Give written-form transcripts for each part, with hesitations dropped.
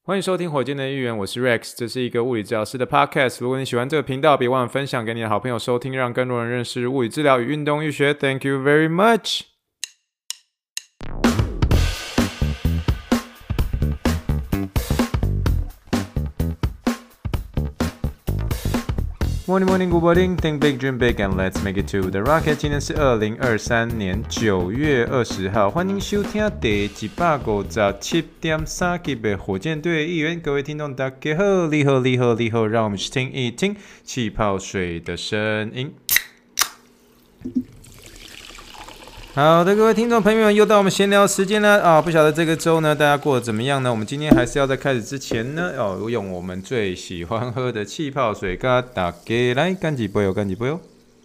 欢迎收听火箭的议员，我是 Rex， 这是一个物理治疗师的 podcast。如果你喜欢这个频道，别忘了分享给你的好朋友收听，让更多人认识物理治疗与运动医学。Thank you very much。Morning, morning, good morning. Think big, dream big, and let's make it to the rocket. 今天是2023年9月20号，欢迎收听第157.3集的火箭队议员。各位听众，大家好，你好，你好，你好，让我们去听一听气泡水的声音。好的，各位听众朋友们，又到我们闲聊时间了不晓得这个周呢，大家过得怎么样呢？我们今天还是要在开始之前呢，用我们最喜欢喝的气泡水，跟大家来干几杯哦，干几杯哦。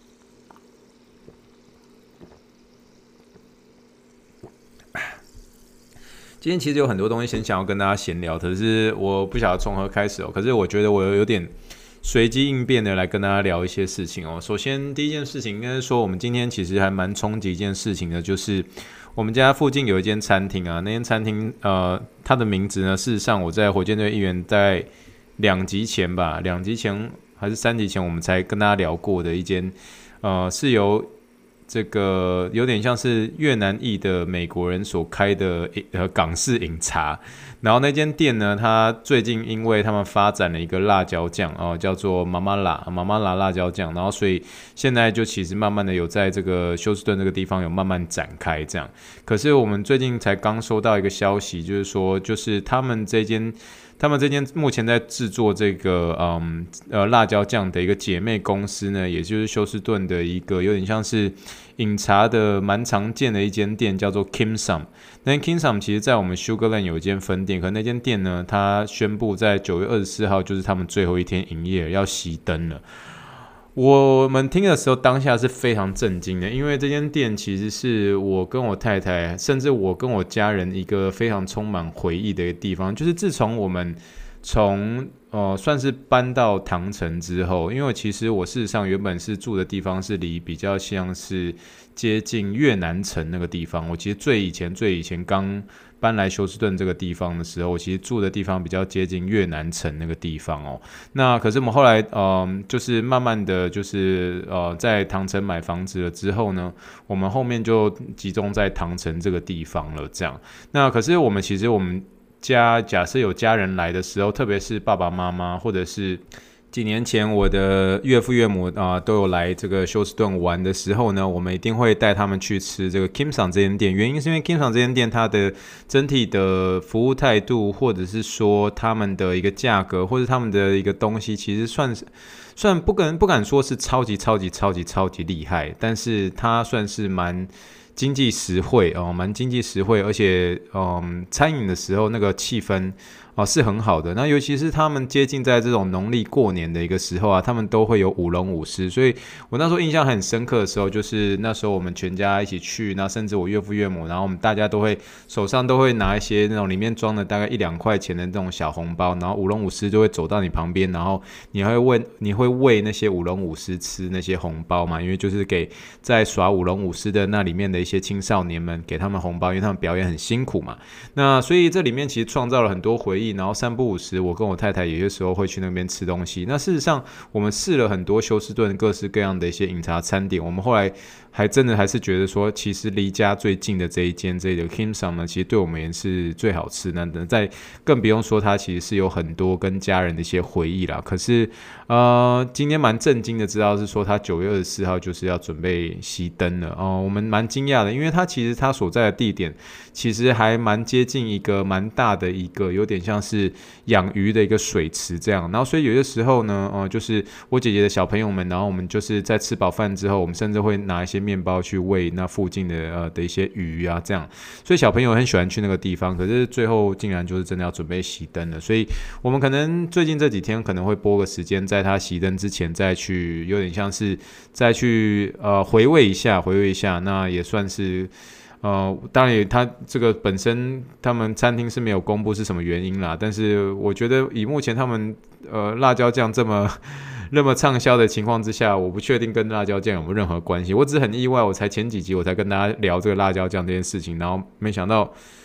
今天其实有很多东西先想要跟大家闲聊，可是我不晓得从何开始哦。可是我觉得我有点随机应变的来跟大家聊一些事情哦。首先第一件事情应该是说，我们今天其实还蛮冲击一件事情的，就是我们家附近有一间餐厅啊，那间餐厅它的名字呢，事实上我在火箭队议员在2集前还是3集前，我们才跟大家聊过的一间是由这个有点像是越南裔的美国人所开的港式饮茶，然后那间店呢，它最近因为他们发展了一个辣椒酱叫做妈妈辣辣椒酱，然后所以现在就其实慢慢的有在这个休斯顿这个地方有慢慢展开这样。可是我们最近才刚收到一个消息，就是说就是他们这间目前在制作这个辣椒酱的一个姐妹公司呢，也就是休斯顿的一个有点像是饮茶的蛮常见的一间店，叫做 Kim Sum。那 Kim Sum 其实在我们 Sugarland 有一间分店，可那间店呢，它宣布在9月24号就是他们最后一天营业要熄灯了。我们听的时候当下是非常震惊的，因为这间店其实是我跟我太太甚至我跟我家人一个非常充满回忆的一个地方，就是自从我们算是搬到唐城之后，因为其实我事实上原本是住的地方是离比较像是接近越南城那个地方，我其实最以前刚搬来休斯顿这个地方的时候，我其实住的地方比较接近越南城那个地方哦。那可是我们后来就是慢慢的就是在唐城买房子了之后呢，我们后面就集中在唐城这个地方了这样。那可是我们家假设有家人来的时候，特别是爸爸妈妈或者是几年前我的岳父岳母都有来这个休斯顿玩的时候呢，我们一定会带他们去吃这个 Kim Sum 这间店。原因是因为 Kim Sum 这间店它的整体的服务态度，或者是说他们的一个价格，或者他们的一个东西，其实算不敢说是超级厉害，但是它算是蛮经济实惠蛮经济实惠，而且餐饮的时候那个气氛是很好的。那尤其是他们接近在这种农历过年的一个时候啊，他们都会有舞龙舞狮，所以我那时候印象很深刻的时候，就是那时候我们全家一起去，那甚至我岳父岳母，然后我们大家都会手上都会拿一些那种里面装的大概1-2块钱的那种小红包，然后舞龙舞狮就会走到你旁边，然后你会喂那些舞龙舞狮吃那些红包嘛，因为就是给在耍舞龙舞狮的那里面的一些青少年们给他们红包，因为他们表演很辛苦嘛。那所以这里面其实创造了很多回忆，然后3不5时我跟我太太有些时候会去那边吃东西。那事实上我们试了很多休斯顿各式各样的一些饮茶餐点，我们后来真的还是觉得说，其实离家最近的这个 Kim Sum 呢，其实对我们也是最好吃的。更不用说它其实是有很多跟家人的一些回忆啦。可是今天蛮震惊的知道是说它9月24号就是要准备熄灯了我们蛮惊讶的，因为它其实它所在的地点其实还蛮接近一个蛮大的一个有点像是养鱼的一个水池这样。然后所以有些时候呢就是我姐姐的小朋友们，然后我们就是在吃饱饭之后，我们甚至会拿一些面包去喂那附近的一些鱼啊这样。所以小朋友很喜欢去那个地方，可是最后竟然就是真的要准备熄灯了。所以我们可能最近这几天可能会拨个时间，在它熄灯之前再去，有点像是再去回味一下，那也算是当然他这个本身他们餐厅是没有公布是什么原因啦，但是我觉得以目前他们辣椒酱这么畅销的情况之下，我不确定跟辣椒酱有没有任何关系。我只是很意外，我才前几集我才跟大家聊这个辣椒酱这件事情，然后没想到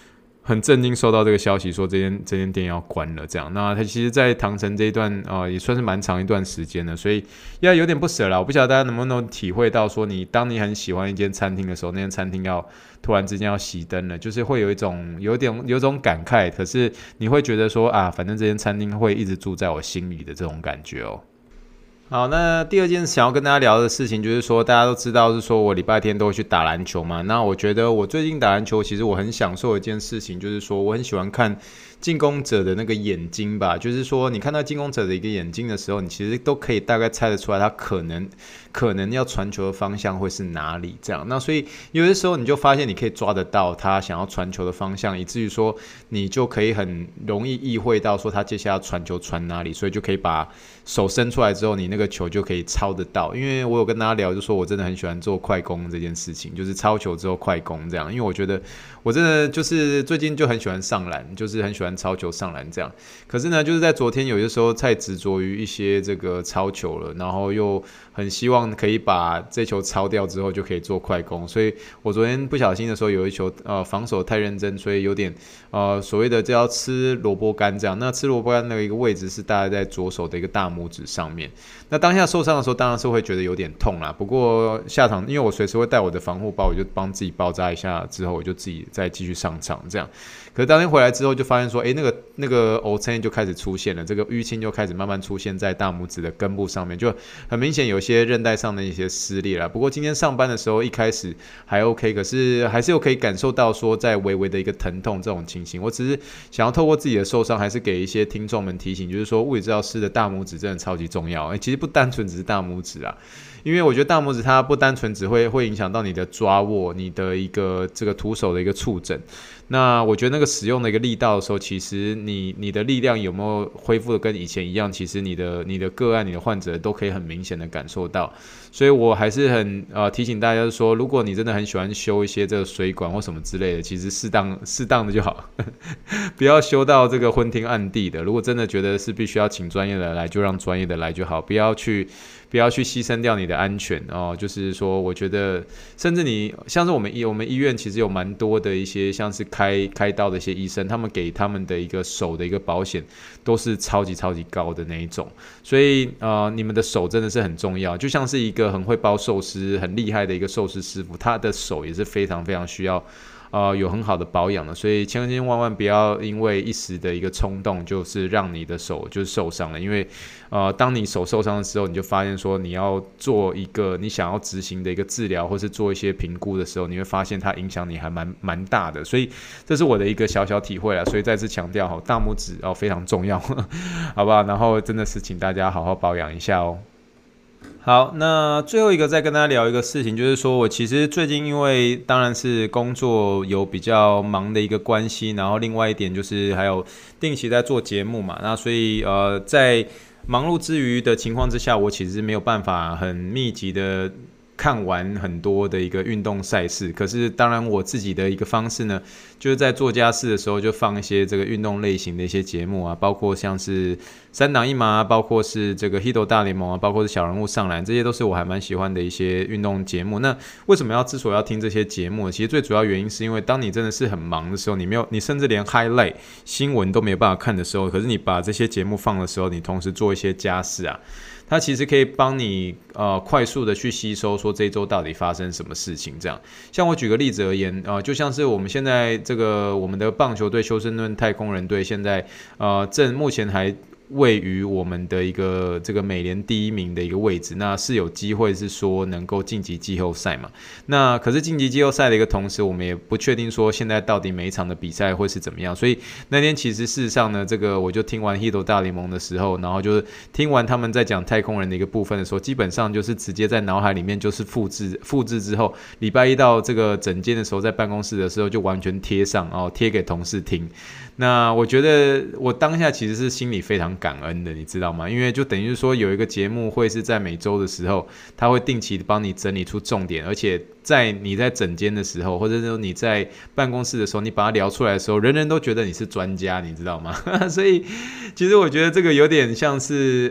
很震惊收到这个消息，说这间店要关了，这样。那他其实，在唐城这一段也算是蛮长一段时间了，所以要有点不舍啦。我不晓得大家能不能体会到，说当你很喜欢一间餐厅的时候，那间餐厅要突然之间要熄灯了，就是会有种感慨，可是你会觉得说反正这间餐厅会一直住在我心里的这种感觉哦。好，那第二件想要跟大家聊的事情就是说，大家都知道是说我礼拜天都会去打篮球嘛。那我觉得我最近打篮球，其实我很享受的一件事情，就是说我很喜欢看进攻者的那个眼睛吧。就是说，你看到进攻者的一个眼睛的时候，你其实都可以大概猜得出来，他可能要传球的方向会是哪里这样。那所以有的时候你就发现你可以抓得到他想要传球的方向，以至于说你就可以很容易意会到说他接下来要传球传哪里，所以就可以把手伸出来之后，你那个球就可以抄得到。因为我有跟大家聊，就说我真的很喜欢做快攻这件事情，就是抄球之后快攻这样。因为我觉得我真的就是最近就很喜欢上篮，就是很喜欢抄球上篮这样。可是呢，就是在昨天有些时候太执着于一些这个抄球了，然后又很希望可以把这球抄掉之后就可以做快攻，所以我昨天不小心的时候有一球防守太认真，所以有点所谓的这要吃萝卜干这样。那吃萝卜干的一个位置是大概在左手的一个大拇指上面。那当下受伤的时候当然是会觉得有点痛啦，不过下场因为我随时会带我的防护包，我就帮自己包扎一下之后我就自己再继续上场这样。可是当天回来之后就发现说那个凹陷就开始出现了，这个淤青就开始慢慢出现在大拇指的根部上面，就很明显有些韧带上的一些撕裂啦。不过今天上班的时候一开始还 OK， 可是还是有可以感受到说在微微的一个疼痛这种情形。我只是想要透过自己的受伤，还是给一些听众们提醒，就是说物理治疗师的大拇指真的超级重要。其实不单纯只是大拇指啊，因为我觉得大拇指它不单纯只会影响到你的抓握，你的一个这个徒手的一个触诊。那我觉得那个使用的一个力道的时候，其实你的力量有没有恢复的跟以前一样，其实你的个案、你的患者都可以很明显的感受到。所以我还是很提醒大家说，如果你真的很喜欢修一些这个水管或什么之类的，其实适当的就好，不要修到这个昏天暗地的。如果真的觉得是必须要请专业的来，就让专业的来就好，不要去牺牲掉你的安全哦。就是说，我觉得甚至你像是我们医院其实有蛮多的一些像是开刀的一些医生，他们给他们的一个手的一个保险都是超级超级高的那一种。所以你们的手真的是很重要，就像是一个很会包寿司很厉害的一个寿司师傅，他的手也是非常非常需要有很好的保养的。所以千万不要因为一时的一个冲动，就是让你的手就是受伤了。因为当你手受伤的时候，你就发现说你要做一个你想要执行的一个治疗，或是做一些评估的时候，你会发现它影响你还蛮大的。所以这是我的一个小小体会啦。所以再次强调大拇指非常重要好不好？然后真的是请大家好好保养一下哦。好，那最后一个再跟大家聊一个事情，就是说我其实最近因为当然是工作有比较忙的一个关系，然后另外一点就是还有定期在做节目嘛，那所以在忙碌之余的情况之下，我其实没有办法很密集的看完很多的一个运动赛事。可是当然我自己的一个方式呢，就是在做家事的时候就放一些这个运动类型的一些节目啊，包括像是三档一麻，包括是这个 Hito 大联盟啊，包括是小人物上篮，这些都是我还蛮喜欢的一些运动节目。那为什么之所以要听这些节目，其实最主要原因是因为当你真的是很忙的时候，你甚至连 highlight 新闻都没有办法看的时候，可是你把这些节目放的时候，你同时做一些家事啊，它其实可以帮你快速的去吸收说这一周到底发生什么事情。这样，像我举个例子而言，就像是我们现在这个我们的棒球队休斯顿太空人队现在正目前还位于我们的一个这个美联第一名的一个位置，那是有机会是说能够晋级季后赛嘛。那可是晋级季后赛的一个同时，我们也不确定说现在到底每一场的比赛会是怎么样。所以那天其实事实上呢，这个我就听完 Hito 大联盟的时候，然后就是听完他们在讲太空人的一个部分的时候，基本上就是直接在脑海里面就是复制之后，礼拜一到这个整间的时候，在办公室的时候就完全贴上，贴给同事听。那我觉得我当下其实是心里非常感恩的，你知道吗？因为就等于说有一个节目会是在每周的时候，他会定期帮你整理出重点，而且在你在诊间的时候，或者说你在办公室的时候，你把它聊出来的时候，人人都觉得你是专家，你知道吗？所以其实我觉得这个有点像是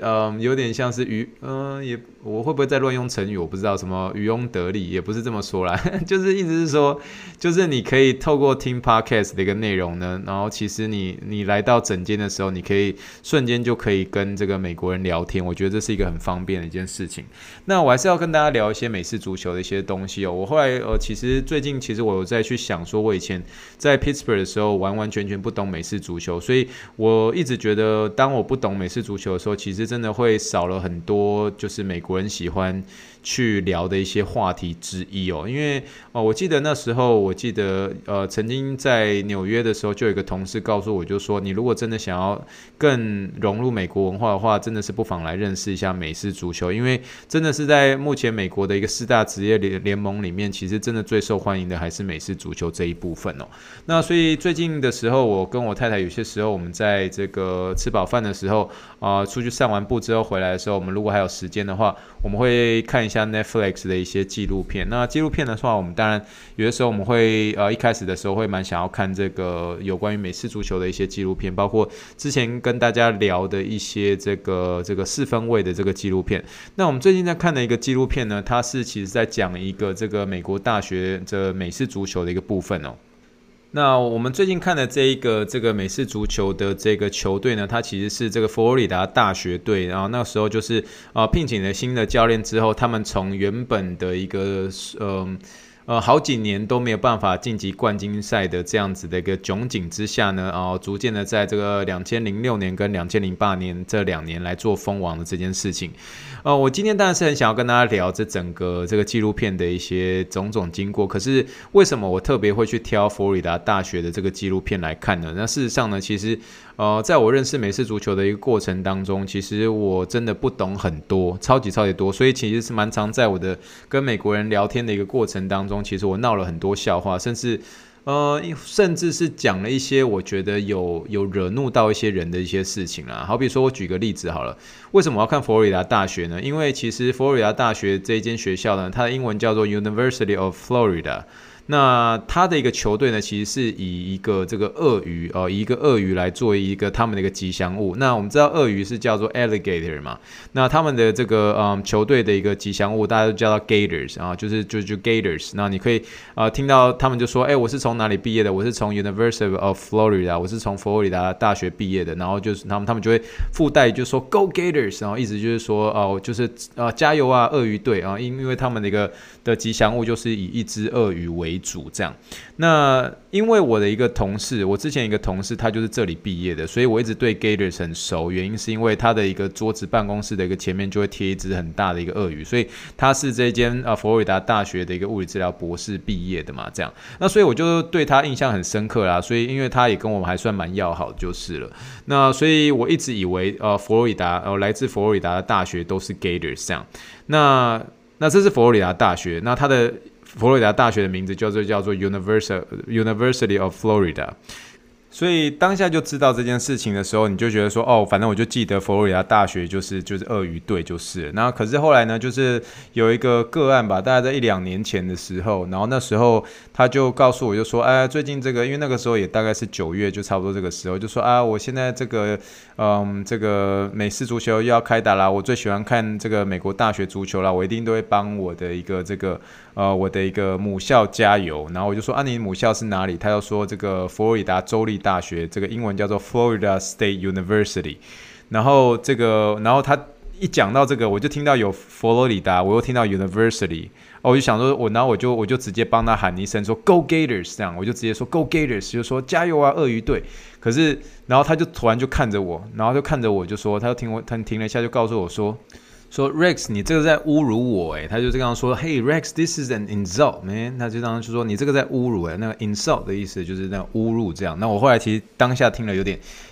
我会不会再乱用成语？我不知道什么渔翁得利，也不是这么说啦，就是意思是说，就是你可以透过听 podcast 的一个内容呢，然后其实你来到诊间的时候，你可以瞬间就可以跟这个美国人聊天，我觉得这是一个很方便的一件事情。那我还是要跟大家聊一些美式足球的一些东西哦。我后来其实最近我有在去想说，我以前在 Pittsburgh 的时候完完全全不懂美式足球，所以我一直觉得当我不懂美式足球的时候，其实真的会少了很多就是美国人喜欢去聊的一些话题之一哦。因为我记得那时候曾经在纽约的时候，就有一个同事告诉我，就说你如果真的想要更融入美国文化的话，真的是不妨来认识一下美式足球，因为真的是在目前美国的一个4大职业联盟里面，其实真的最受欢迎的还是美式足球这一部分哦。那所以最近的时候，我跟我太太有些时候我们在这个吃饱饭的时候出去散完步之后回来的时候，我们如果还有时间的话，我们会看一下 Netflix 的一些纪录片。那纪录片的话，我们当然有的时候我们会一开始的时候会蛮想要看这个有关于美式足球的一些纪录片，包括之前跟大家聊的一些这个4分卫的这个纪录片。那我们最近在看的一个纪录片呢，它是其实在讲一个这个美国大学这美式足球的一个部分哦。那我们最近看的这个美式足球的这个球队呢，它其实是这个佛罗里达大学队，然后那时候就是聘请了新的教练之后，他们从原本的一个好几年都没有办法晋级冠军赛的这样子的一个窘境之下呢，逐渐的在这个2006年跟2008年这2年来做封王的这件事情。我今天当然是很想要跟大家聊这整个这个纪录片的一些种种经过，可是为什么我特别会去挑佛罗里达大学的这个纪录片来看呢？那事实上呢，其实在我认识美式足球的一个过程当中，其实我真的不懂很多，超级多，所以其实是蛮常在我的跟美国人聊天的一个过程当中，其实我闹了很多笑话，甚至是讲了一些我觉得有惹怒到一些人的一些事情啦。好比说我举个例子好了，为什么我要看佛罗里达大学呢？因为其实佛罗里达大学这一间学校呢，它的英文叫做 University of Florida。那他的一个球队呢，其实是以一个这个以一个鳄鱼来作为一个他们的一个吉祥物。那我们知道鳄鱼是叫做 alligator 嘛，那他们的这个球队的一个吉祥物，大家都叫它 Gators 就是 Gators。那你可以听到他们就说，我是从哪里毕业的？我是从 University of Florida， 我是从佛罗里达大学毕业的。然后就是他们就会附带就说 Go Gators， 然后意思就是说就是加油啊鳄鱼队因为他们的一个的吉祥物就是以一只鳄鱼为主这样。那因为我之前一个同事他就是这里毕业的，所以我一直对 Gators 很熟，原因是因为他的一个桌子办公室的一个前面就会贴一只很大的一个鳄鱼，所以他是这间佛罗里达大学的一个物理治疗博士毕业的嘛这样。那所以我就对他印象很深刻啦，所以因为他也跟我们还算蛮要好的就是了。那所以我一直以为来自佛罗里达的大学都是 Gators 这样。那这是佛罗里达大学，那它的佛罗里达大学的名字叫做 University of Florida。所以当下就知道这件事情的时候，你就觉得说反正我就记得佛罗里达大学就是鳄鱼队就是了。那可是后来呢，就是有一个个案吧，大概在1-2年前的时候，然后那时候他就告诉我就说最近这个因为那个时候也大概是9月，就差不多这个时候，就说我现在这个美式足球又要开打啦，我最喜欢看这个美国大学足球啦，我一定都会帮我的一个我的一个母校加油。然后我就说你母校是哪里？他就说这个佛罗里达州立大学，这个英文叫做 Florida State University。然后他一讲到这个，我就听到有佛罗里达，我又听到 University，我就想说然后我就直接帮他喊一声说 Go Gators， 这样我就直接说 Go Gators， 就说加油啊鳄鱼队。可是然后他就突然就看着我，就说他停了一下，就告诉我说 Rex， 你这个在侮辱我他就这样说 Hey Rex，this is an insult man， 他就这样就说你这个在侮辱那个 insult 的意思就是那个侮辱这样。那我后来其实当下听了有点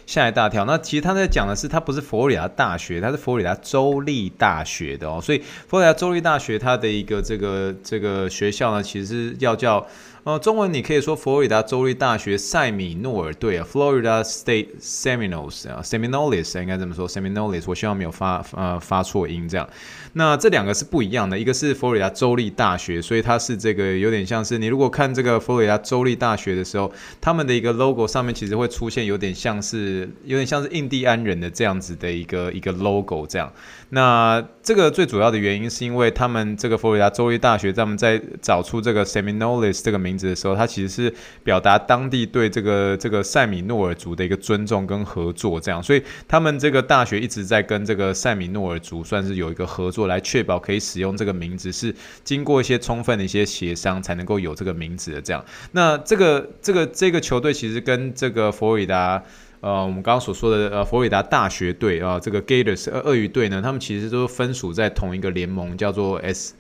吓一大跳。那其实他在讲的是，他不是佛罗里达大学，他是佛罗里达州立大学的哦。所以佛罗里达州立大学它的一个这个学校呢，其实是要叫中文你可以说佛罗里达州立大学塞米诺尔队啊 ，Florida State Seminoles 啊 ，Seminoles 应该这么说 ，Seminoles， 我希望没有发错音这样。那这两个是不一样的，一个是佛罗里达州立大学，所以它是这个有点像是你如果看这个佛罗里达州立大学的时候，他们的一个 logo 上面其实会出现有点像是印第安人的这样子的一个 logo 这样。那这个最主要的原因是因为他们这个佛罗里达州立大学，他们在找出这个 Seminoles 这个名字的时候，它其实是表达当地对这个塞米诺尔族的一个尊重跟合作这样，所以他们这个大学一直在跟这个塞米诺尔族算是有一个合作，来确保可以使用这个名字是经过一些充分的一些协商才能够有这个名字的这样。那这个球队其实跟这个佛罗里达我们刚刚所说的佛罗里达大学队这个 Gators 鳄鱼队呢，他们其实都分属在同一个联盟，叫做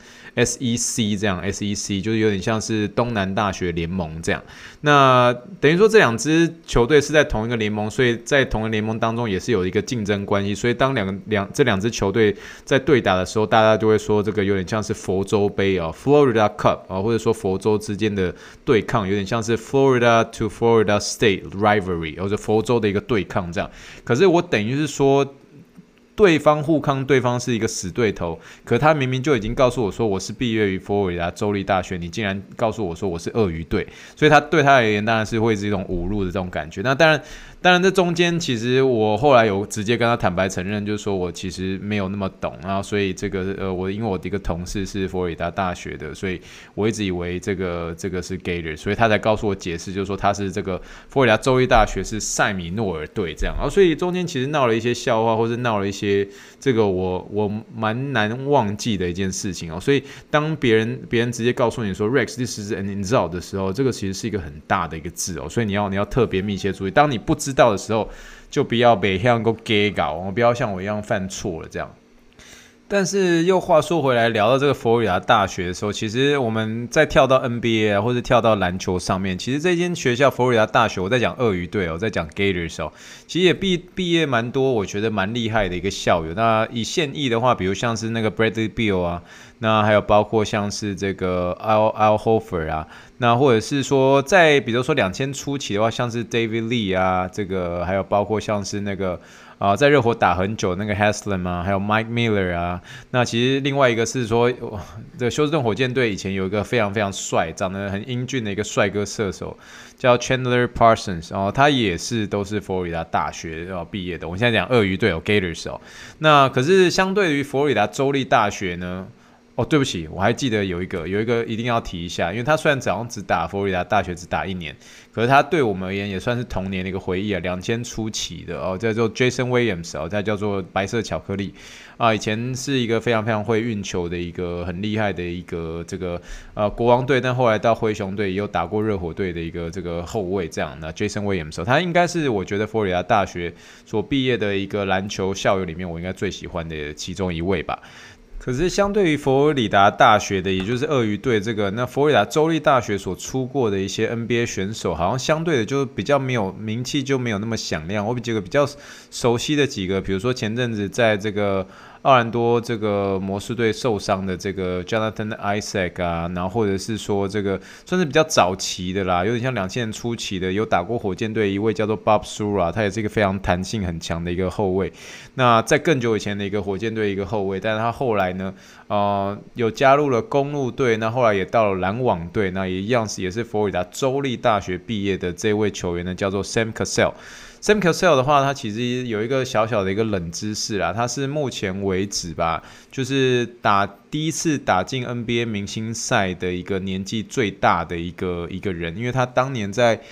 SEC 这样 ，SEC 就是有点像是东南大学联盟这样。那等于说这两支球队是在同一个联盟，所以在同一个联盟当中也是有一个竞争关系。所以当这两支球队在对打的时候，大家就会说这个有点像是佛州杯Florida Cup 或者说佛州之间的对抗，有点像是 Florida to Florida State rivalry， 或者佛州的一个对抗这样。可是我等于是说，对方互抗，对方是一个死对头，可他明明就已经告诉我说我是毕业于佛罗里达州立大学，你竟然告诉我说我是鳄鱼队，所以他对他而言当然是会是一种侮辱的这种感觉。那当然这中间其实我后来有直接跟他坦白承认，就是说我其实没有那么懂，然后所以这个因为我的一个同事是佛罗里达大学的，所以我一直以为这个是 Gator， 所以他才告诉我解释，就是说他是这个佛罗里达州立大学是塞米诺尔队这样，然后所以中间其实闹了一些笑话，或是闹了一些这个我蛮难忘记的一件事情所以当别人直接告诉你说 Rex this is an insult 的时候，这个其实是一个很大的一个字所以你要特别密切注意，当你不知道的时候，就不要被像个 gay 搞，不要像我一样犯错了这样。但是又话说回来，聊到这个佛罗里达大学的时候，其实我们再跳到 NBA 或者跳到篮球上面，其实这间学校佛罗里达大学，我在讲鳄鱼队我在讲 Gators 其实也毕业蛮多，我觉得蛮厉害的一个校友。那以现役的话，比如像是那个 Bradley Beal 那还有包括像是这个 Al Horford 那或者是说在比如说2000初期的话，像是 David Lee 这个还有包括像是那个在热火打很久那个 Haslam 还有 Mike Miller 那其实另外一个是说，这个休斯顿火箭队以前有一个非常非常帅、长得很英俊的一个帅哥射手，叫 Chandler Parsons 他也是都是佛罗里达大学毕业的。我现在讲鳄鱼队Gators 那可是相对于佛罗里达州立大学呢？对不起，我还记得有一个一定要提一下，因为他虽然早上只打佛罗里达大学只打1年，可是他对我们而言也算是童年的一个回忆2000初期的叫做 Jason Williams 他叫做白色巧克力以前是一个非常非常会运球的一个很厉害的一个这个国王队，但后来到灰熊队也有打过热火队的一个这个后卫这样的 Jason Williams 他应该是我觉得佛罗里达大学所毕业的一个篮球校友里面我应该最喜欢的其中一位吧。可是相对于佛罗里达大学的，也就是鳄鱼队这个，那佛罗里达州立大学所出过的一些 NBA 选手，好像相对的就比较没有名气，就没有那么响亮。我几个比较熟悉的几个，比如说前阵子在这个奥兰多这个魔术队受伤的这个 Jonathan Isaac 然后或者是说这个算是比较早期的啦，有点像2000年初期的，有打过火箭队一位叫做 Bob Sura， 他也是一个非常弹性很强的一个后卫。那在更久以前的一个火箭队一个后卫，但是他后来呢，有加入了公路队，那后来也到了篮网队，那也一样也是佛罗里达州立大学毕业的这位球员呢，叫做 Sam Cassell。Sam Cassell 的话，他其实有一个小小的一个冷知识啦，他是目前为止吧，就是第一次打进 NBA 明星赛的一个年纪最大的一个人，因为他当年在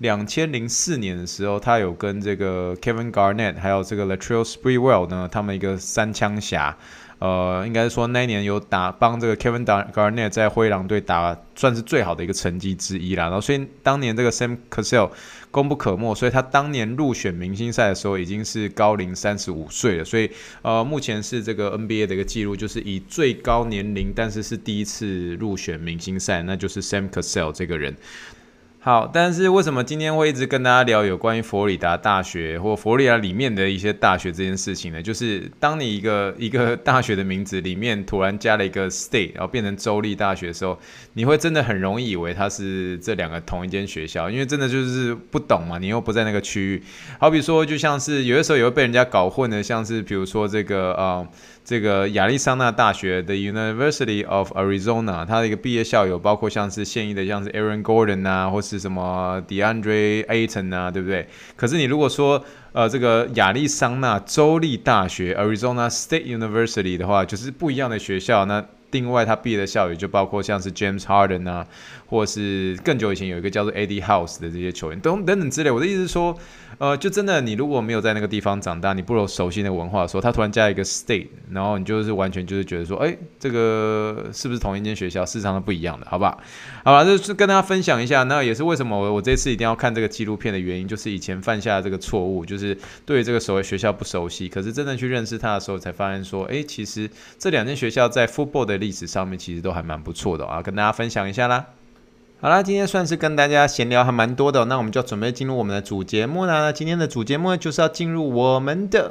2004年的时候，他有跟这个 Kevin Garnett 还有这个 Latrell Sprewell 呢，他们一个三枪侠。应该是说那一年有帮这个 Kevin Garnett 在灰狼队打算是最好的一个成绩之一啦，然后所以当年这个 Sam Cassell 功不可没，所以他当年入选明星赛的时候已经是高龄35岁了，所以目前是这个 NBA 的一个记录，就是以最高年龄但是第一次入选明星赛，那就是 Sam Cassell 这个人。 好，但是为什么今天会一直跟大家聊有关于佛罗里达大学或佛罗里达里面的一些大学这件事情呢？就是当你一个大学的名字里面突然加了一个 state， 然后变成州立大学的时候，你会真的很容易以为它是这两个同一间学校，因为真的就是不懂嘛，你又不在那个区域。好比说，就像是有的时候也会被人家搞混的，像是比如说这个亚利桑那大学的 University of Arizona， 它的一个毕业校友包括像是现役的像是 Aaron Gordon 啊，或是什么 DeAndre Ayton 啊，对不对？可是你如果说这个亚利桑那州立大学 Arizona State University 的话，就是不一样的学校。那另外他毕业的校友就包括像是 James Harden 啊，或是更久以前有一个叫做 Eddie House 的这些球员等等之类。我的意思是说，就真的你如果没有在那个地方长大，你不熟悉那个文化的时候，他突然加一个 state， 然后你就是完全就是觉得说，这个是不是同一间学校？事实上是不一样的，好不好？好了，就是跟大家分享一下，那也是为什么我这次一定要看这个纪录片的原因，就是以前犯下的这个错误，就是对这个所谓学校不熟悉，可是真的去认识它的时候，才发现说，其实这两间学校在 football 的历史上面其实都还蛮不错的啊，跟大家分享一下啦。好啦，今天算是跟大家闲聊还蛮多的，那我们就准备进入我们的主节目啦。今天的主节目就是要进入我们的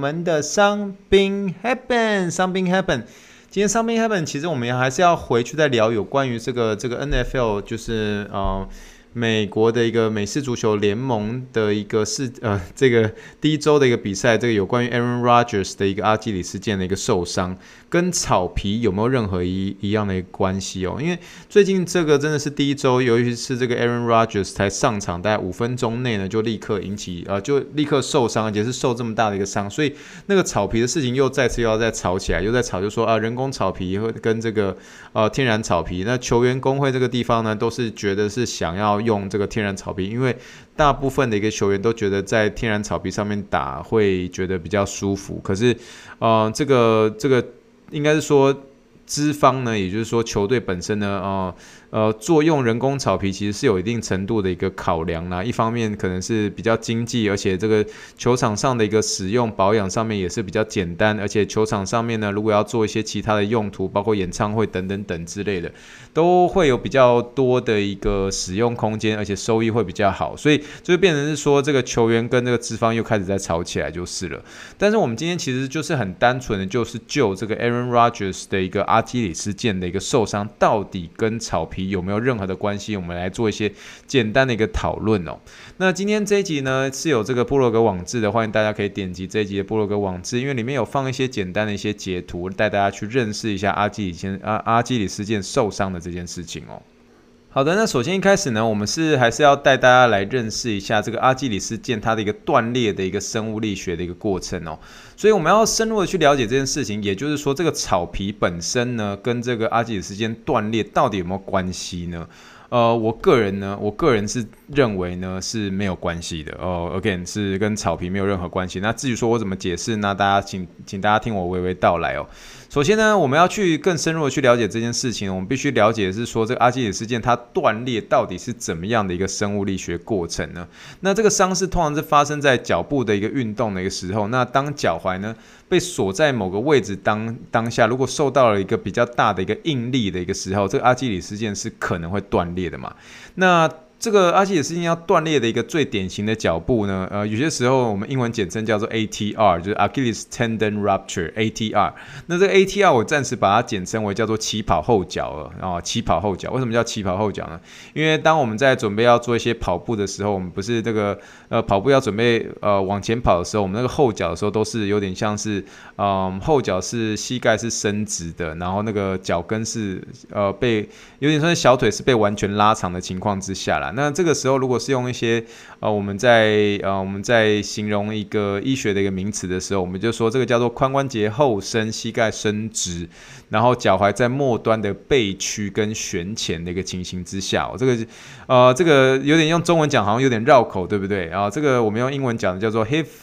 Something Happen。今天 Something Happen， 其实我们还是要回去再聊有关于这个 NFL， 就是美国的一个美式足球联盟的一个这个第一周的一个比赛，这个有关于 Aaron Rodgers 的一个阿基里斯腱的一个受伤，跟草皮有没有任何一样的一个关系哦？因为最近这个真的是第一周，尤其是这个 Aaron Rodgers 才上场大概5分钟内呢，就立刻就立刻受伤，而且是受这么大的一个伤，所以那个草皮的事情又再次要再吵起来，又在吵，就说人工草皮跟这个天然草皮，那球员工会这个地方呢，都是觉得是想要用这个天然草皮，因为大部分的一个球员都觉得在天然草皮上面打会觉得比较舒服，可是这个应该是说资方呢，也就是说球队本身呢，作用人工草皮其实是有一定程度的一个考量啦。一方面可能是比较经济，而且这个球场上的一个使用保养上面也是比较简单，而且球场上面呢，如果要做一些其他的用途，包括演唱会等等等之类的，都会有比较多的一个使用空间，而且收益会比较好，所以就变成是说这个球员跟这个资方又开始在吵起来就是了。但是我们今天其实就是很单纯的，就是就这个 Aaron Rodgers 的一个阿基里斯腱的一个受伤，到底跟草皮有没有任何的关系？我们来做一些简单的一个讨论哦。那今天这一集呢是有这个部落格网志的，欢迎大家可以点击这一集的部落格网志，因为里面有放一些简单的一些截图，带大家去认识一下阿基里斯腱受伤的这件事情哦。好的，那首先一开始呢，我们还是要带大家来认识一下这个阿基里斯腱它的一个断裂的一个生物力学的一个过程哦。所以我们要深入的去了解这件事情，也就是说，这个草皮本身呢，跟这个阿基里斯腱断裂到底有没有关系呢？我个人是认为呢是没有关系的again 是跟草皮没有任何关系。那至于说我怎么解释，那大家请大家听我娓娓道来哦。首先呢，我们要去更深入的去了解这件事情，我们必须了解的是说，这个阿基里斯腱它断裂到底是怎么样的一个生物力学过程呢？那这个伤势通常是发生在脚部的一个运动的一个时候，那当脚踝呢被锁在某个位置当下，如果受到了一个比较大的一个应力的一个时候，这个阿基里斯腱是可能会断裂的嘛。那这个阿基里斯腱要断裂的一个最典型的脚步呢，有些时候我们英文简称叫做 ATR， 就是 Achilles Tendon Rupture ATR。那这个 ATR 我暂时把它简称为叫做起跑后脚了起跑后脚为什么叫起跑后脚呢？因为当我们在准备要做一些跑步的时候，我们不是这个跑步要准备往前跑的时候，我们那个后脚的时候都是有点像是后脚是膝盖是伸直的，然后那个脚跟是被有点像小腿是被完全拉长的情况之下啦。那这个时候如果是用一些我们在形容一个医学的一个名词的时候，我们就说这个叫做髋关节后伸，膝盖伸直，然后脚踝在末端的背屈跟旋前的一个情形之下这个有点用中文讲好像有点绕口，对不对这个我们用英文讲的叫做 hip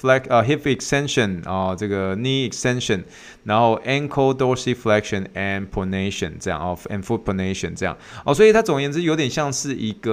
extension 这个 knee extension， 然后 ankle dorsiflexion and pronation 这样and foot pronation 这样所以它总而言之有点像是一个人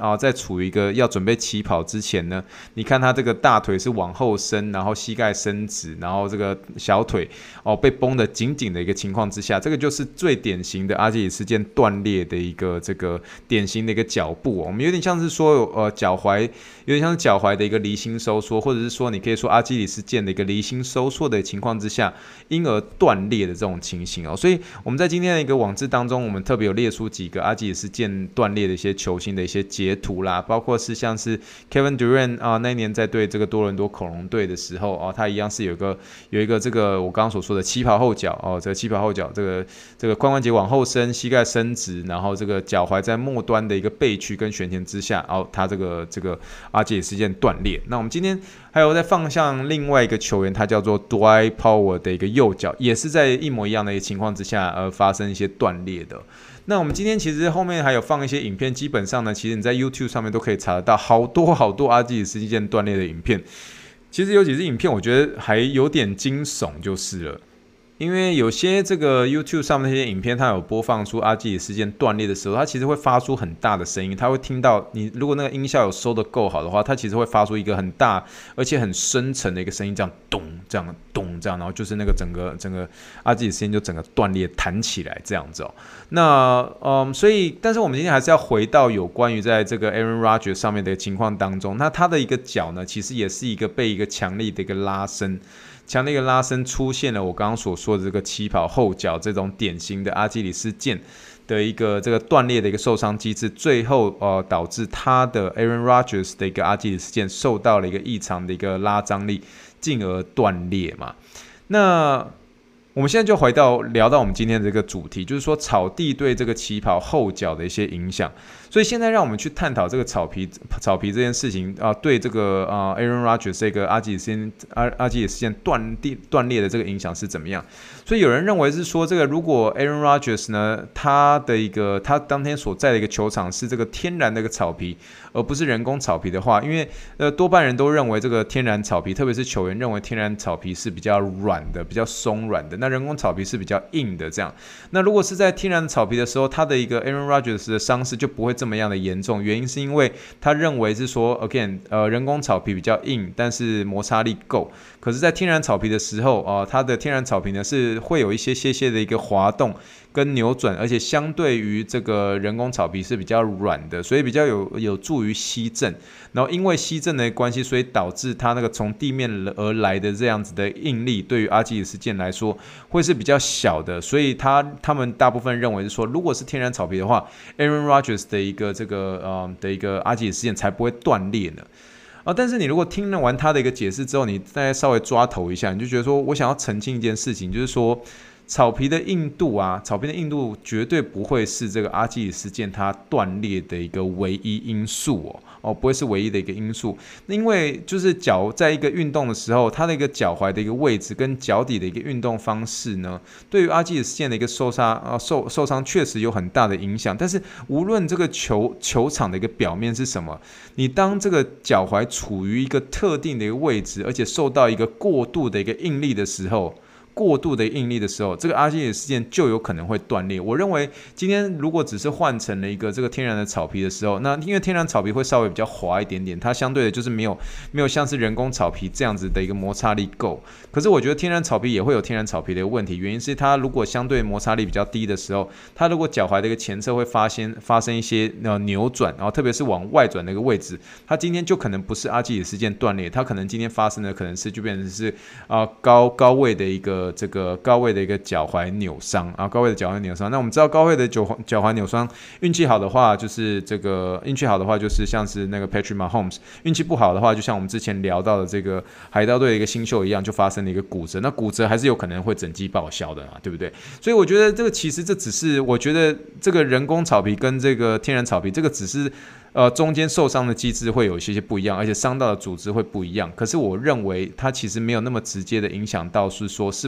在处于一个要准备起跑之前呢，你看他这个大腿是往后伸，然后膝盖伸直，然后这个小腿被绷得紧紧的一个情况之下，这个就是最典型的阿基里斯腱断裂的一个这个典型的一个脚步我们有点像是说脚踝有点像是脚踝的一个离心收缩，或者是说你可以说阿基里斯腱的一个离心收缩的情况之下，因而断裂的这种情形所以我们在今天的一个网志当中，我们特别有列出几个阿基里斯腱断裂的一些球星的一些截图啦，包括是像是 Kevin Durant 那一年在对这个多伦多恐龙队的时候他一样是有一个这个我刚刚所说的起跑后脚这个起跑后脚这个髋关节往后伸，膝盖伸直，然后这个脚踝在末端的一个背屈跟旋前之下，他这个阿基里斯腱断裂。那我们今天还有再放向另外一个球员，他叫做 Dwight Powell 的一个右脚，也是在一模一样的一个情况之下而发生一些断裂的。那我们今天其实后面还有放一些影片，基本上呢，其实你在 YouTube 上面都可以查得到好多阿基里斯腱断裂的影片。其实有几支影片我觉得还有点惊悚就是了。因为有些这个 YouTube 上面那些影片，它有播放出阿基里斯腱断裂的时候，它其实会发出很大的声音，它会听到你如果那个音效有收得够好的话，它其实会发出一个很大而且很深沉的一个声音，这样咚这样咚这样，然后就是那个整个阿基里斯腱就整个断裂弹起来这样子那所以但是我们今天还是要回到有关于在这个 Aaron Rodgers 上面的情况当中，那他的一个脚呢，其实也是一个被一个强力的一个拉伸出现了我刚刚所说的这个起跑后脚这种典型的阿基里斯腱的一个这个断裂的一个受伤机制，最后导致他的 Aaron Rodgers 的一个阿基里斯腱受到了一个异常的一个拉张力，进而断裂嘛。那我们现在就聊到我们今天的这个主题，就是说草地对这个起跑后脚的一些影响。所以现在让我们去探讨这个草皮这件事情对这个Aaron Rodgers 这个阿基里斯腱断裂的这个影响是怎么样？所以有人认为是说，这个如果 Aaron Rodgers 呢，他当天所在的一个球场是这个天然的一个草皮，而不是人工草皮的话，因为多半人都认为这个天然草皮，特别是球员认为天然草皮是比较软的、比较松软的，那人工草皮是比较硬的这样。那如果是在天然草皮的时候，他的一个 Aaron Rodgers 的伤势就不会这么样的严重，原因是因为他认为是说 again 人工草皮比较硬，但是摩擦力够。可是在天然草皮的时候它的天然草皮呢是会有一些的一个滑动跟扭转，而且相对于这个人工草皮是比较软的，所以比较有助于吸震。然后因为吸震的关系，所以导致它那个从地面而来的这样子的应力，对于阿基里斯腱来说会是比较小的。所以他们大部分认为是说，如果是天然草皮的话 ，Aaron Rodgers 的一个的一个阿基里斯腱才不会断裂呢。但是你如果听完他的一个解释之后，你再稍微抓头一下，你就觉得说我想要澄清一件事情，就是说草皮的硬度绝对不会是这个阿基里斯腱它断裂的一个唯一因素不会是唯一的一个因素。因为就是脚在一个运动的时候，它的一个脚踝的一个位置跟脚底的一个运动方式呢，对于阿基里斯腱的一个受伤确实有很大的影响。但是无论这个球场的一个表面是什么，你当这个脚踝处于一个特定的一个位置，而且受到一个过度的一个应力的时候，这个阿基里斯腱就有可能会断裂。我认为今天如果只是换成了一个这个天然的草皮的时候，那因为天然草皮会稍微比较滑一点点，它相对的就是没有像是人工草皮这样子的一个摩擦力够。可是我觉得天然草皮也会有天然草皮的一个问题，原因是它如果相对摩擦力比较低的时候，它如果脚踝的一个前侧会发生一些扭转，然后特别是往外转的一个位置，它今天就可能不是阿基里斯腱断裂，它可能今天发生的可能是就变成是高位的一个脚踝扭伤高位的脚踝扭伤。那我们知道高位的脚踝扭伤，运气好的话就是像是那个 Patrick Mahomes， 运气不好的话就像我们之前聊到的这个海盗队的一个新秀一样，就发生了一个骨折。那骨折还是有可能会整季报销的对不对？所以我觉得这只是我觉得这个人工草皮跟这个天然草皮这个只是中间受伤的机制会有一些不一样，而且伤到的组织会不一样。可是我认为它其实没有那么直接的影响到是说是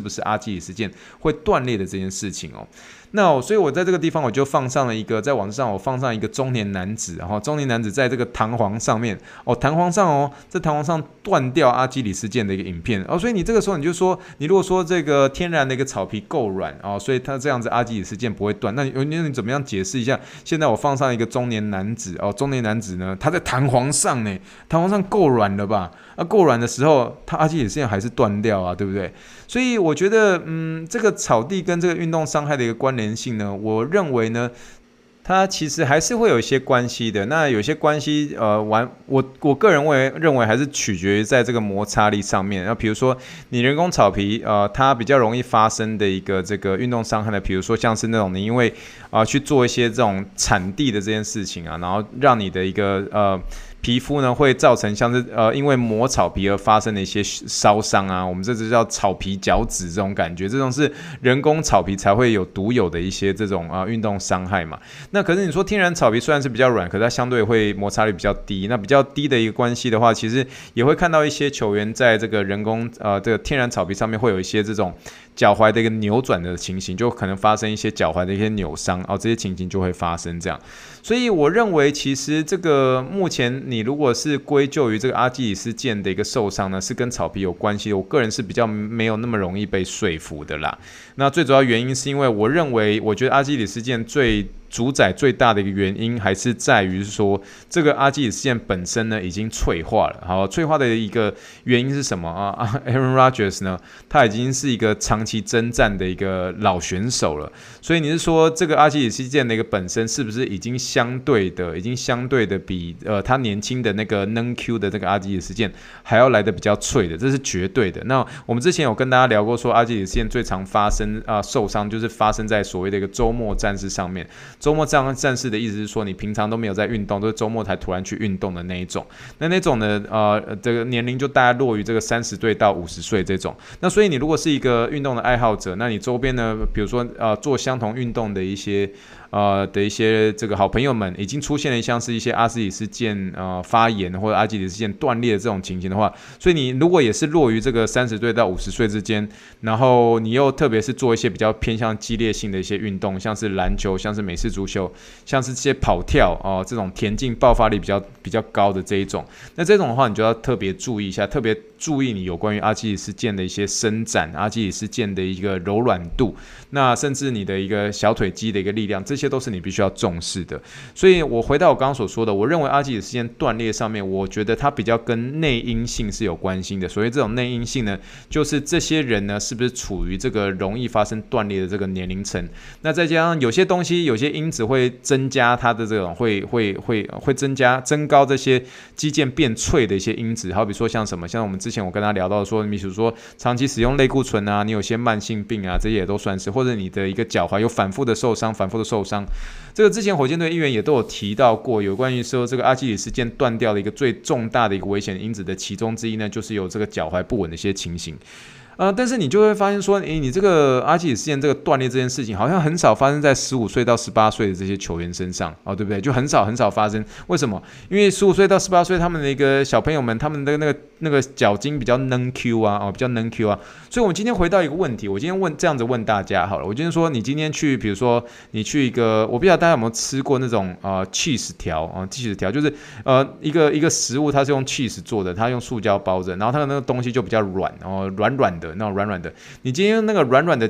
不是阿基里斯腱会断裂的这件事情哦。那所以我在这个地方我就放上了一个，在网上我放上一个中年男子，然后中年男子在这个弹簧上面弹簧上在弹簧上断掉阿基里斯腱的一个影片所以你这个时候你就说，你如果说这个天然的一个草皮够软所以它这样子阿基里斯腱不会断，那你怎么样解释一下？现在我放上一个中年男子中年男子呢，他在弹簧上呢，弹簧上够软了吧？够软的时候，他阿基里斯腱还是断掉对不对？所以我觉得这个草地跟这个运动伤害的一个关联性呢，我认为呢，它其实还是会有一些关系的。那有些关系我个人认为还是取决于在这个摩擦力上面。那比如说你人工草皮它比较容易发生的一个这个运动伤害呢，比如说像是那种你因为去做一些这种铲地的这件事情然后让你的一个皮肤呢会造成像是因为磨草皮而发生的一些烧伤我们这就叫草皮角质这种感觉，这种是人工草皮才会有独有的一些这种运动伤害嘛。那可是你说天然草皮虽然是比较软，可是它相对会摩擦力比较低，那比较低的一个关系的话，其实也会看到一些球员在这个人工这个天然草皮上面会有一些这种脚踝的一个扭转的情形，就可能发生一些脚踝的一些扭伤这些情形就会发生这样。所以我认为其实这个目前你如果是归咎于这个阿基里斯腱的一个受伤呢，是跟草皮有关系的，我个人是比较没有那么容易被说服的啦。那最主要原因是因为我觉得阿基里斯腱最主宰最大的一个原因还是在于说，这个阿基里斯腱本身呢已经脆化了。好，脆化的一个原因是什么Aaron Rodgers 呢，他已经是一个长期征战的一个老选手了。所以你是说这个阿基里斯腱的一个本身是不是已经相对的比他年轻的那个 Non-Q 的这个阿基里斯腱还要来的比较脆的，这是绝对的。那我们之前有跟大家聊过说，阿基里斯腱最常发生受伤就是发生在所谓的一个周末战士上面。周末战士的意思是说，你平常都没有在运动，都是周末才突然去运动的那一种。那种呢，这个年龄就大概落于这个30岁到50岁这种。那所以你如果是一个运动的爱好者，那你周边呢，比如说做相同运动的一些这个好朋友们，已经出现了像是一些阿基里斯腱发炎或者阿基里斯腱断裂的这种情形的话，所以你如果也是落于这个30岁到50岁之间，然后你又特别是做一些比较偏向激烈性的一些运动，像是篮球，像是美式足球，像是这些跑跳这种田径爆发力比较高的这一种，那这种的话你就要特别注意一下，特别注意你有关于阿基里斯腱的一些伸展，阿基里斯腱的一个柔软度，那甚至你的一个小腿肌的一个力量，这些都是你必须要重视的。所以我回到我刚刚所说的，我认为阿基里斯腱断裂上面，我觉得它比较跟内因性是有关系的。所以这种内因性呢，就是这些人呢是不是处于这个容易发生断裂的这个年龄层，那再加上有些东西有些因子会增加它的这种会增高这些肌腱变脆的一些因子，好比说像什么，像我们之前我跟他聊到说，比如说长期使用类固醇你有些慢性病这些也都算是，或者你的一个脚踝有反复的受伤，这个之前火箭队议员也都有提到过，有关于说这个阿基里斯腱断掉的一个最重大的一个危险因子的其中之一呢，就是有这个脚踝不稳的一些情形。但是你就会发现说，你这个阿基里斯腱这个断裂这件事情，好像很少发生在15岁到18岁的这些球员身上对不对？就很少发生。为什么？因为15岁到18岁他们的一个小朋友们，他们的那个脚筋比较能 Q 比较能 Q 所以我们今天回到一个问题，我今天这样子问大家好了，我今天说你今天去，比如说你去一个，我不知道大家有没有吃过那种cheese 条cheese 条就是一个食物，它是用 cheese 做的，它用塑胶包着，然后它的那个东西就比较软软的那种软的。你今天用那个软软的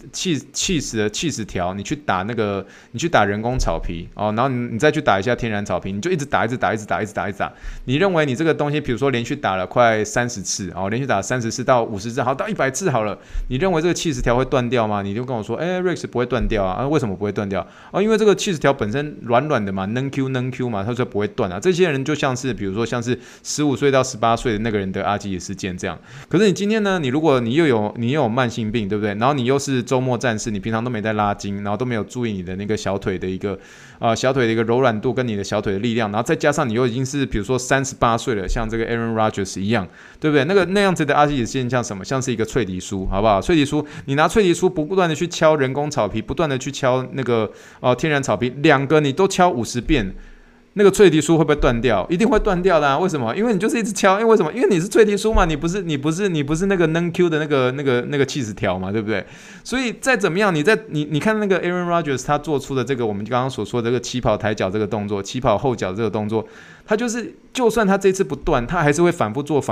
cheese 条，你去打人工草皮然后你再去打一下天然草皮，你就一直打。你认为你这个东西，比如说连续打了快30次连续打了30次到50次，好到100次好了，你认为这个cheese条会断掉吗？你就跟我说，Rex 不会断掉为什么不会断掉因为这个cheese条本身软软的嘛，能 Q 嘛，它就不会断这些人就像是比如说像是15岁到18岁的那个人的阿基里斯腱这样。可是你今天呢，如果你又有慢性病，对不对？然后你又是周末战士，你平常都没在拉筋，然后都没有注意你的那个小腿的一个柔软度跟你的小腿的力量，然后再加上你又已经是比如说38岁了，像这个 Aaron Rodgers 一样，对不对？那样子的阿基里斯腱像什么？像是一个脆皮酥，好不好？脆皮酥，你拿脆皮酥不断的去敲人工草皮，不断的去敲那个天然草皮，两个你都敲50遍。 那个脆皮酥会不会断掉？一定会断掉的啊！为什么？因为你就是一直敲，因为为什么？因为你是脆皮酥嘛，你不是那个能 Q 的那个起司条嘛，对不对？所以再怎么样，你看那个 Aaron Rodgers 他做出的这个我们刚刚所说的这个起跑抬脚这个动作，起跑后脚这个动作，他就是就算他这次不断，他还是会反复做，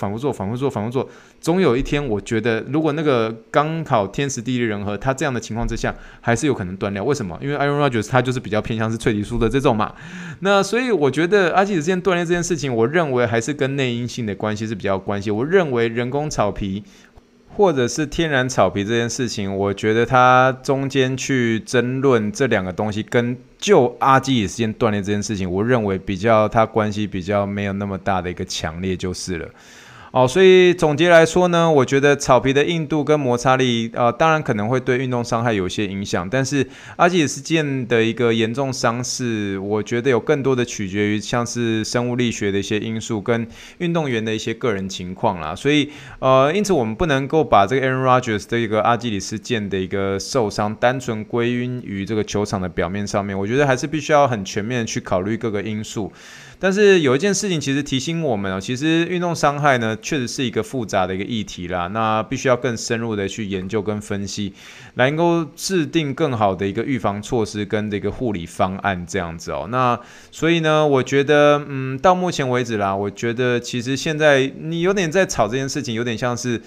总有一天，我觉得如果那个刚好天时地利人和，他这样的情况之下，还是有可能断掉。为什么？因为 Aaron Rodgers 他就是比较偏向是脆皮酥的这种嘛。那所以我觉得阿基里斯腱断裂这件事情，我认为还是跟内因性的关系是比较有关系。我认为人工草皮或者是天然草皮这件事情，我觉得它中间去争论这两个东西，跟就阿基里斯腱断裂这件事情，我认为它关系比较没有那么大的一个强烈就是了。所以总结来说呢，我觉得草皮的硬度跟摩擦力，当然可能会对运动伤害有些影响，但是阿基里斯腱的一个严重伤势，我觉得有更多的取决于像是生物力学的一些因素跟运动员的一些个人情况啦。所以因此我们不能够把这个 Aaron Rodgers 的一个阿基里斯腱的一个受伤单纯归因于这个球场的表面上面，我觉得还是必须要很全面的去考虑各个因素。但是有一件事情其实提醒我们其实运动伤害呢确实是一个复杂的一个议题啦，那必须要更深入的去研究跟分析，来能够制定更好的一个预防措施跟这个护理方案这样子那所以呢，我觉得到目前为止啦，我觉得其实现在你有点在吵这件事情，有点像是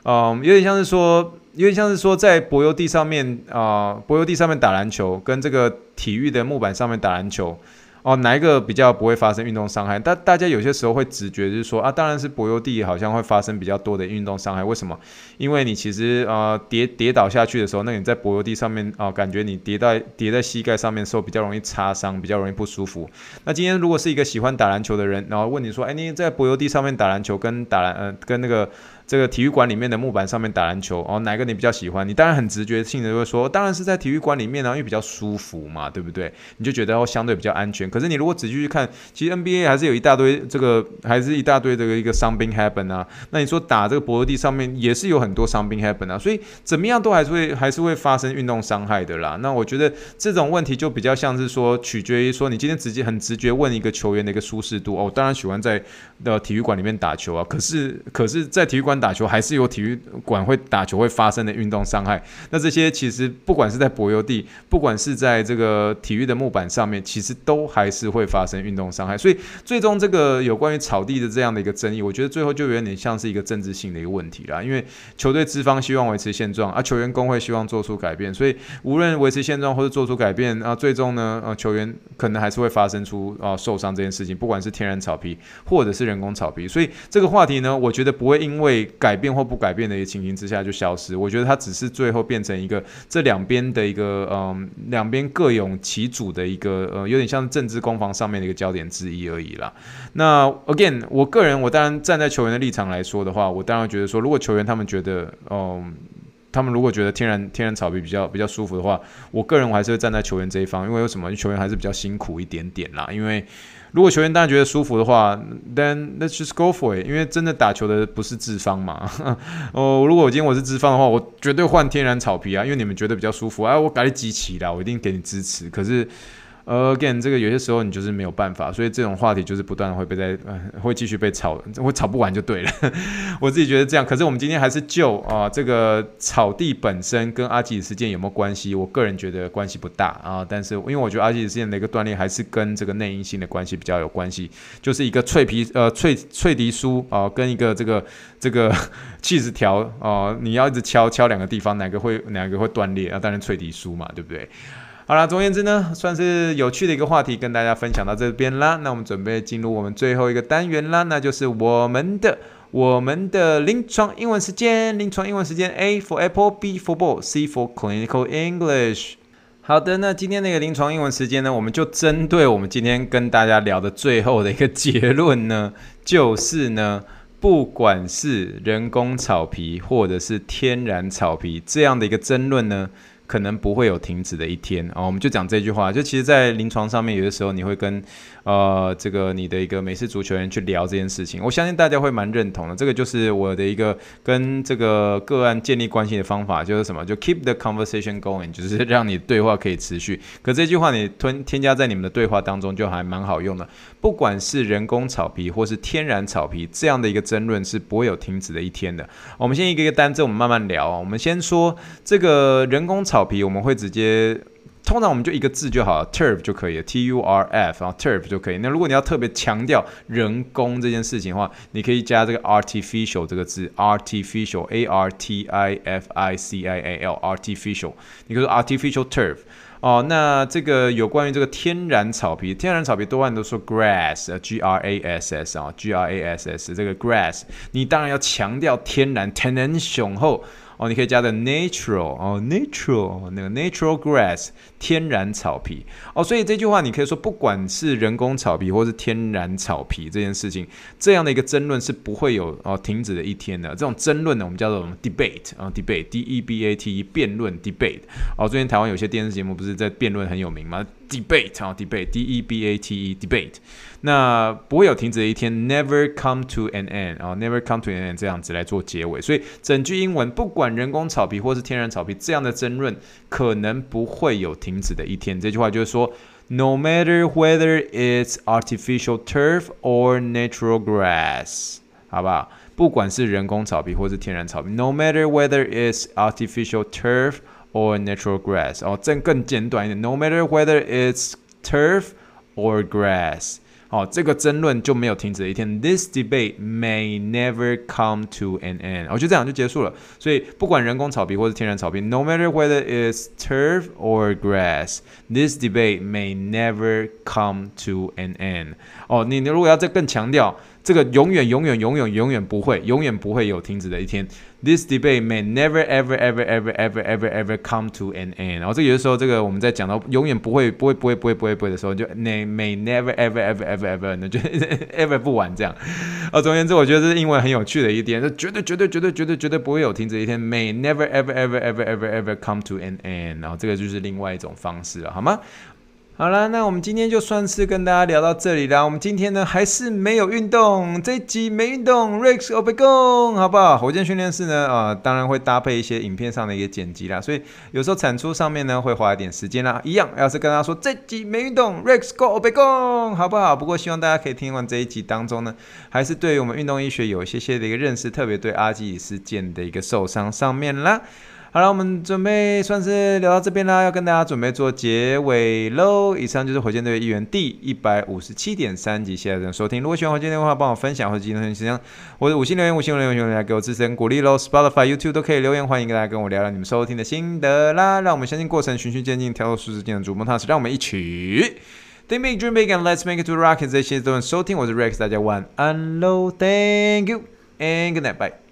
说在柏油地上面打篮球，跟这个体育的木板上面打篮球。哪一个比较不会发生运动伤害？大家有些时候会直觉就是说当然是柏油地好像会发生比较多的运动伤害。为什么？因为你其实跌倒下去的时候，那你在柏油地上面感觉你跌在膝盖上面的时候比较容易擦伤，比较容易不舒服。那今天如果是一个喜欢打篮球的人，然后问你说，你在柏油地上面打篮球跟那个这个体育馆里面的木板上面打篮球哪一个你比较喜欢？你当然很直觉性的会说，当然是在体育馆里面因为比较舒服嘛，对不对？你就觉得相对比较安全。可是你如果仔细去看，其实 NBA 还是有一大堆这个一个伤兵 happen 那你说打这个柏油地上面也是有很多伤兵 happen 所以怎么样都还是会发生运动伤害的啦。那我觉得这种问题就比较像是说，取决于说你今天很直觉问一个球员的一个舒适度当然喜欢在体育馆里面打球可是在体育馆打球还是有体育馆会打球会发生的运动伤害。那这些其实不管是在柏油地，不管是在这个体育的木板上面，其实都还是会发生运动伤害。所以最终这个有关于草地的这样的一个争议，我觉得最后就有点像是一个政治性的一个问题啦。因为球队资方希望维持现状球员工会希望做出改变，所以无论维持现状或者做出改变最终呢球员可能还是会发生出受伤这件事情，不管是天然草皮或者是人工草皮。所以这个话题呢，我觉得不会因为改变或不改变的一个情形之下就消失。我觉得它只是最后变成一个这两边的一个两边各有其主的一个有点像政治攻防上面的一个焦点之一而已啦。那 again 我当然站在球员的立场来说的话，我当然觉得说，如果球员他们觉得他们如果觉得天然草皮比较舒服的话，我个人我还是会站在球员这一方。因为为什么？球员还是比较辛苦一点点啦。因为如果球员当然觉得舒服的话 then let's just go for it。 因为真的打球的不是资方嘛如果今天我是资方的话，我绝对换天然草皮因为你们觉得比较舒服我改你机器啦，我一定给你支持。可是again 这个有些时候你就是没有办法，所以这种话题就是不断的会继续被吵，会吵不完就对了我自己觉得这样。可是我们今天还是就这个草地本身跟阿基里斯腱有没有关系，我个人觉得关系不大但是因为我觉得阿基里斯腱的一个断裂还是跟这个内因性的关系比较有关系，就是一个脆皮脆皮酥跟一个这个起司条你要一直敲两个地方，哪个会断裂当然脆皮酥嘛，对不对？好啦，总而言之呢，算是有趣的一个话题跟大家分享到这边啦。那我们准备进入我们最后一个单元啦，那就是我们的临床英文时间。A for Apple, B for Ball, C for Clinical English。好的，那今天的一个临床英文时间呢，我们就针对我们今天跟大家聊的最后的一个结论呢，就是呢，不管是人工草皮或者是天然草皮这样的一个争论呢， 可能不会有停止的一天我们就讲这句话，就其实在临床上面有的时候你会跟这个你的一个美式足球员去聊这件事情，我相信大家会蛮认同的。这个就是我的一个跟这个个案建立关系的方法，就是什么？就 keep the conversation going， 就是让你对话可以持续。可这句话你添加在你们的对话当中就还蛮好用的。不管是人工草皮或是天然草皮，这样的一个争论是不会有停止的一天的。我们先一个一个单字，我们慢慢聊。我们先说这个人工草皮，我们会直接。通常我们就一个字就好了 ，turf 就可以了 ，T-U-R-F， turf 就可以。那如果你要特别强调人工这件事情的话，你可以加这个 artificial 这个字 ，artificial A-R-T-I-F-I-C-I-A-L，artificial， 你可以说 artificial turf。那这个有关于这个天然草皮，天然草皮多半都说 grass，G-R-A-S-S G-R-A-S-S 这个 grass， 你当然要强调天然，天然雄厚。你可以加的 natural 那个 natural grass 天然草皮所以这句话你可以说，不管是人工草皮或是天然草皮这件事情，这样的一个争论是不会有停止的一天的。这种争论呢，我们叫做debate debate D-E-B-A-T 辩论 debate 最近台湾有些电视节目不是在辩论很有名吗？debate debate D-E-B-A-T-E debate， 那不会有停止的一天 ，never come to an end never come to an end 这样子来做结尾。所以整句英文不管人工草皮或是天然草皮，这样的争论可能不会有停止的一天。这句话就是说 ，No matter whether it's artificial turf or natural grass， 好不好？不管是人工草皮或是天然草皮 ，No matter whether it's artificial turf。or natural grass 这更简短一点 No matter whether it's turf or grass 这个争论就没有停止的一天 This debate may never come to an end 就这样就结束了。所以不管人工草皮或是天然草皮 No matter whether it's turf or grass This debate may never come to an end 你如果要再更强调这个永远不会有停止的一天。This debate may never ever come to an end。然后这个有的时候，这个我们在讲到永远不会的时候，就 may never ever， 那就 ever 不完这样。总而言之，我觉得这是英文很有趣的一点，绝对不会有停止的一天。May never ever come to an end。然后这个就是另外一种方式了，好吗？好啦，那我们今天就算是跟大家聊到这里啦。我们今天呢还是没有运动，这一集没运动 ，Rex Obegong， 好不好？火箭训练室呢，当然会搭配一些影片上的一个剪辑啦，所以有时候产出上面呢会花一点时间啦。一样，要是跟大家说这集没运动 ，Rex Go Obegong， 好不好？不过希望大家可以听完这一集当中呢，还是对于我们运动医学有一些的一个认识，特别对阿基里斯腱的一个受伤上面啦。好了，我们准备算是聊到这边啦，要跟大家准备做结尾喽。以上就是火箭队议员第157.3集，谢谢大家收听。如果喜欢火箭队的话，帮我分享或者记录分享，或者五星留言来给我支持跟鼓励喽。Spotify、YouTube 都可以留言，欢迎大家跟我聊聊你们收听的心得啦。让我们相信过程循序渐进，跳脱舒适圈的逐梦踏实，让我们一起 Think big, dream big, and let's make it to the rocket。这些都能收听，我是 Rex， 大家晚安喽 ，Thank you and good night， bye。